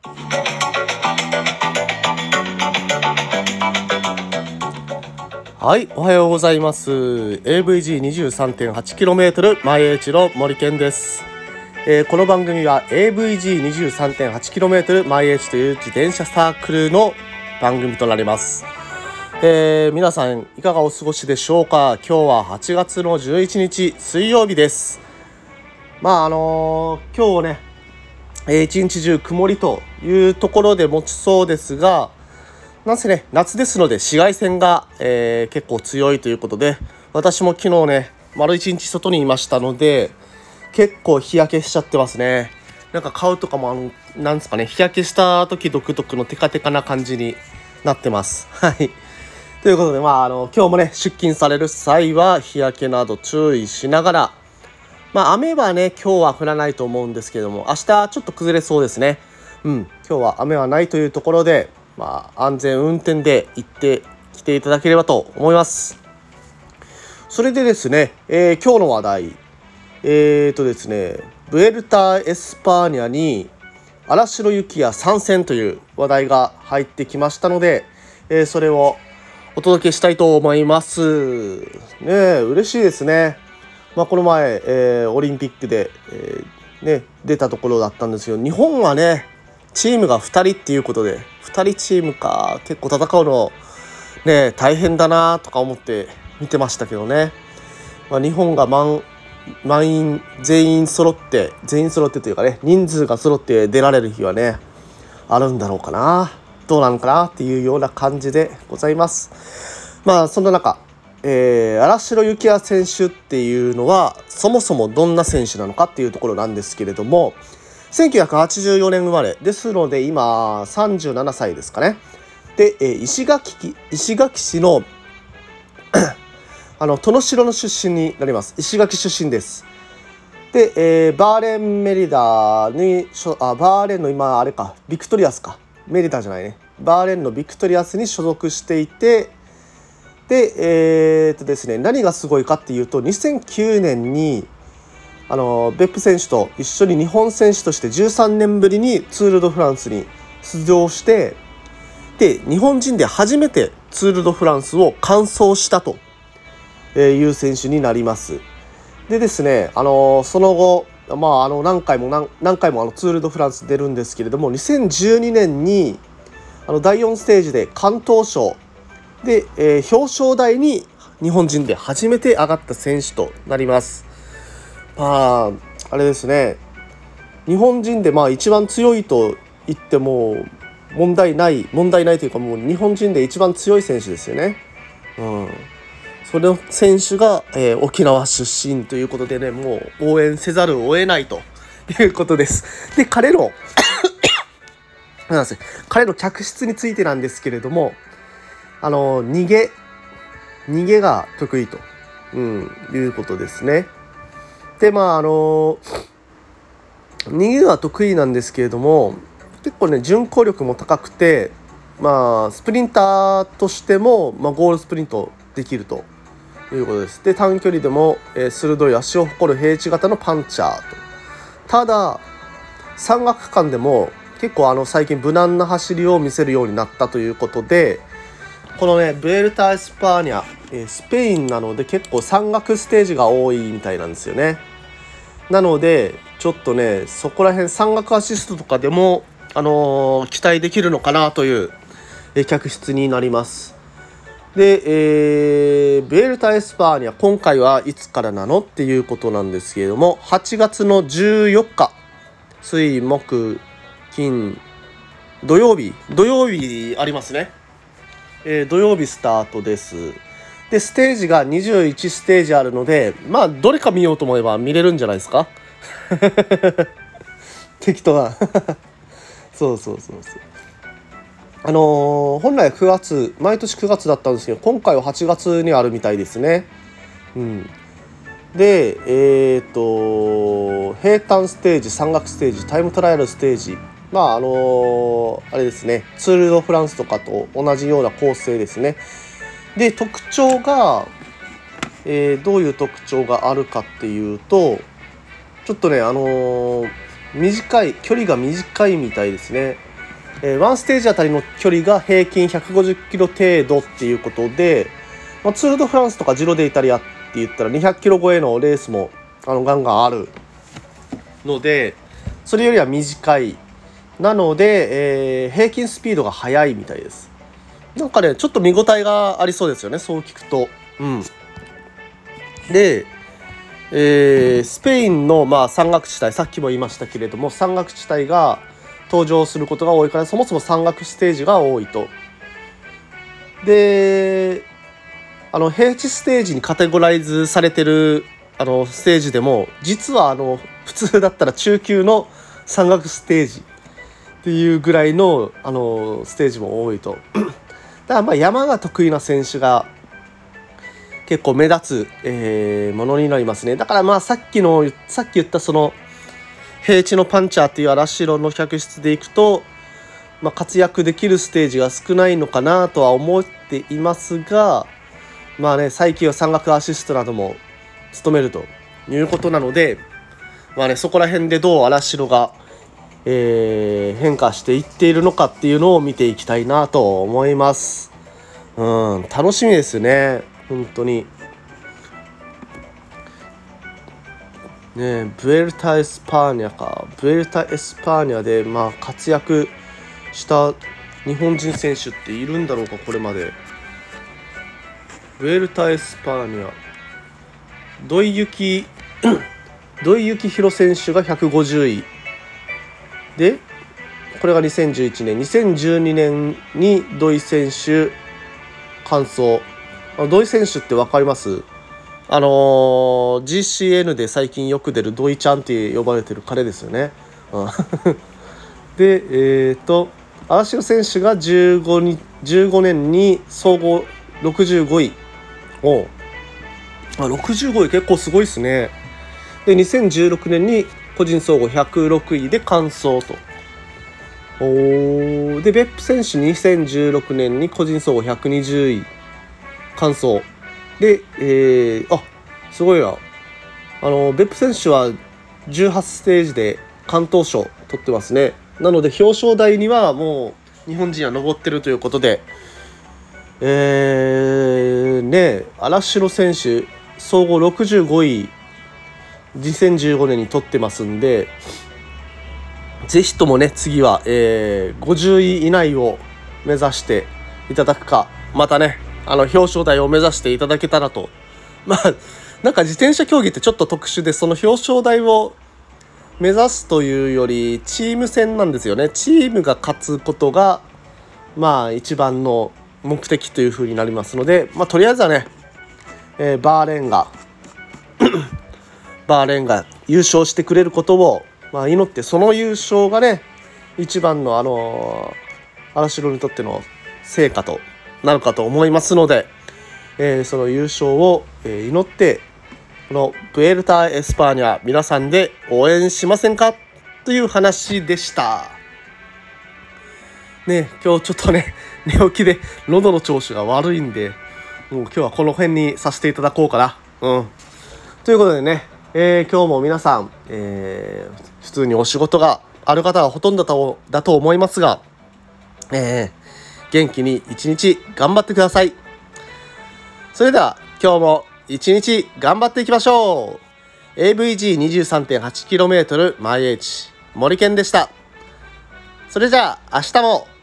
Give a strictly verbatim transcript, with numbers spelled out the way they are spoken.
はい、おはようございます。 エーブイジーにじゅうさんてんはちキロメートル 毎日の森健です。えー、この番組は エーブイジーにじゅうさんてんはちキロメートル 毎日という自転車サークルの番組となります。えー、皆さんいかがお過ごしでしょうか。今日ははちがつのじゅういちにち水曜日です。まああのー、今日ね、えー、一日中曇りというところで持ちそうですが、なんせね、夏ですので紫外線が、えー、結構強いということで、私も昨日ね丸一日外にいましたので結構日焼けしちゃってますね。なんか顔とかもあのなんですかね、日焼けした時独特のテカテカな感じになってます。はいということで、まああの今日もね出勤される際は日焼けなど注意しながら、まあ雨はね今日は降らないと思うんですけども、明日ちょっと崩れそうですね。うん今日は雨はないというところで、まあ、安全運転で行ってきていただければと思います。それでですね、えー、今日の話題、えーとですね、ブエルタ・エスパーニャに荒城幸也参戦という話題が入ってきましたので、えー、それをお届けしたいと思います。ねえ、嬉しいですね。まあ、この前、えー、オリンピックで、えーね、出たところだったんですけど、日本はねチームがふたりっていうことで、ふたりチームか、結構戦うのね大変だなとか思って見てましたけどね、まあ、日本が満満員全員揃って全員揃ってというかね、人数が揃って出られる日はねあるんだろうかな、どうなのかなっていうような感じでございます。まあそんな中、えー、荒城幸也選手っていうのはそもそもどんな選手なのかっていうところなんですけれども、せんきゅうひゃくはちじゅうよねん生まれですので今さんじゅうななさいですかね。で、えー、石垣石垣市のあの殿城の出身になります。石垣出身です。で、えー、バーレンメリダにあバーレンの今あれかビクトリアスかメリダじゃないねバーレンのビクトリアスに所属していて、でえー、っとですね何がすごいかっていうと、にせんきゅうねんにあの別府選手と一緒に日本選手としてじゅうさんねんぶりにツール・ド・フランスに出場して、で日本人で初めてツール・ド・フランスを完走したという選手になります。でですね、あのその後、まあ、あの何回も 何, 何回もあのツール・ド・フランス出るんですけれども、にせんじゅうにねんにあのだいよんステージで関東賞で、えー、表彰台に日本人で初めて上がった選手となります。まああれですね、日本人でまあ一番強いと言っても問題ない問題ないというか、もう日本人で一番強い選手ですよね。うん、それの選手が、えー、沖縄出身ということでね、もう応援せざるを得ないということです。で彼のなんです彼の脚質についてなんですけれども、あの逃げ逃げが得意と、うん、いうことですね。でまああの逃げが得意なんですけれども、結構ね巡航力も高くて、まあスプリンターとしても、まあ、ゴールスプリントできるということです。で短距離でも、えー、鋭い足を誇る平地型のパンチャーと。ただ山岳区間でも結構あの最近無難な走りを見せるようになったということで、このねブエルタ・エスパーニャ、えー、スペインなので結構山岳ステージが多いみたいなんですよね。なのでちょっとねそこら辺山岳アシストとかでも、あのー、期待できるのかなという、えー、客室になります。で、えー、ブエルタ・エスパーニャ今回はいつからなのっていうことなんですけれども、はちがつのじゅうよっか水木金土曜日土曜日ありますね。えー、土曜日スタートです。でステージがにじゅういちステージあるので、まあどれか見ようと思えば見れるんじゃないですか。適当なそうそうそうそうあのー、本来くがつ毎年くがつだったんですけど、今回ははちがつにあるみたいですね。うんでえっ、ー、と平坦ステージ、山岳ステージ、タイムトライアルステージ、まああのー、あれですね、ツール・ド・フランスとかと同じような構成ですね。で特徴が、えー、どういう特徴があるかっていうと、ちょっとねあのー、短い距離が短いみたいですね。 えー、ワンステージあたりの距離が平均ひゃくごじゅっキロ程度っていうことで、まあ、ツール・ド・フランスとかジロ・デ・イタリアって言ったらにひゃっキロ超えのレースもあのガンガンあるので、それよりは短いなので、えー、平均スピードが速いみたいです。なんかねちょっと見応えがありそうですよね、そう聞くと。うんで、えー、スペインの、まあ、山岳地帯、さっきも言いましたけれども、山岳地帯が登場することが多いから、そもそも山岳ステージが多いと。で、あの平地ステージにカテゴライズされてるあのステージでも、実はあの普通だったら中級の山岳ステージっていうぐらいのあのステージも多いと。だからまあ山が得意な選手が結構目立つ、えー、ものになりますね。だからまあさっきのさっき言ったその平地のパンチャーっていう荒城の客室でいくと、まあ、活躍できるステージが少ないのかなとは思っていますが、まあね最近は山岳アシストなども務めるということなので、まあねそこら辺でどう荒城が、えー、変化していっているのかっていうのを見ていきたいなと思います。うん楽しみですね本当に。ね、ブエルタ・エスパーニャかブエルタ・エスパーニャで、まあ、活躍した日本人選手っているんだろうかこれまで。ブエルタ・エスパーニャ土井幸土井幸宏選手がひゃくごじゅういで、これがにせんじゅういちねんにせんじゅうにねんに土井選手完走。土井選手って分かります？あのー、ジーシーエヌ で最近よく出る土井ちゃんって呼ばれてる彼ですよね。でえっ、ー、と荒城選手がじゅうごにじゅうごねんに総合ろくじゅうごい。おあろくじゅうごい結構すごいですね。でにせんじゅうろくねんに個人総合ひゃくろくいで完走と。おで別府選手にせんじゅうろくねんに個人総合ひゃくにじゅうい完走で、えー、あすごいな。あの別府選手はじゅうはちステージで関東賞取ってますね。なので表彰台にはもう日本人は上ってるということで、えー、ね荒城選手総合ろくじゅうごいにせんじゅうごねんに取ってますんで、ぜひともね次は、えー、ごじゅうい以内を目指していただくか、またねあの表彰台を目指していただけたらと。まあなんか自転車競技ってちょっと特殊で、その表彰台を目指すというよりチーム戦なんですよね。チームが勝つことがまあ一番の目的という風になりますので、まあとりあえずはね、えー、バーレーンがバーレーンが優勝してくれることを、まあ、祈って、その優勝がね一番のあのー、荒城にとっての成果となるかと思いますので、えー、その優勝を、えー、祈ってこのブエルタ・エスパーニャ皆さんで応援しませんかという話でしたね。今日ちょっとね寝起きで喉の調子が悪いんで、もう今日はこの辺にさせていただこうかな。うんということでね、えー、今日も皆さん、えー、普通にお仕事がある方はほとんどだと思いますが、えー、元気に一日頑張ってください。それでは今日も一日頑張っていきましょう。 エーブイジーにじゅうさんてんはちキロメートル マイエイチ 森健でした。それじゃあ明日も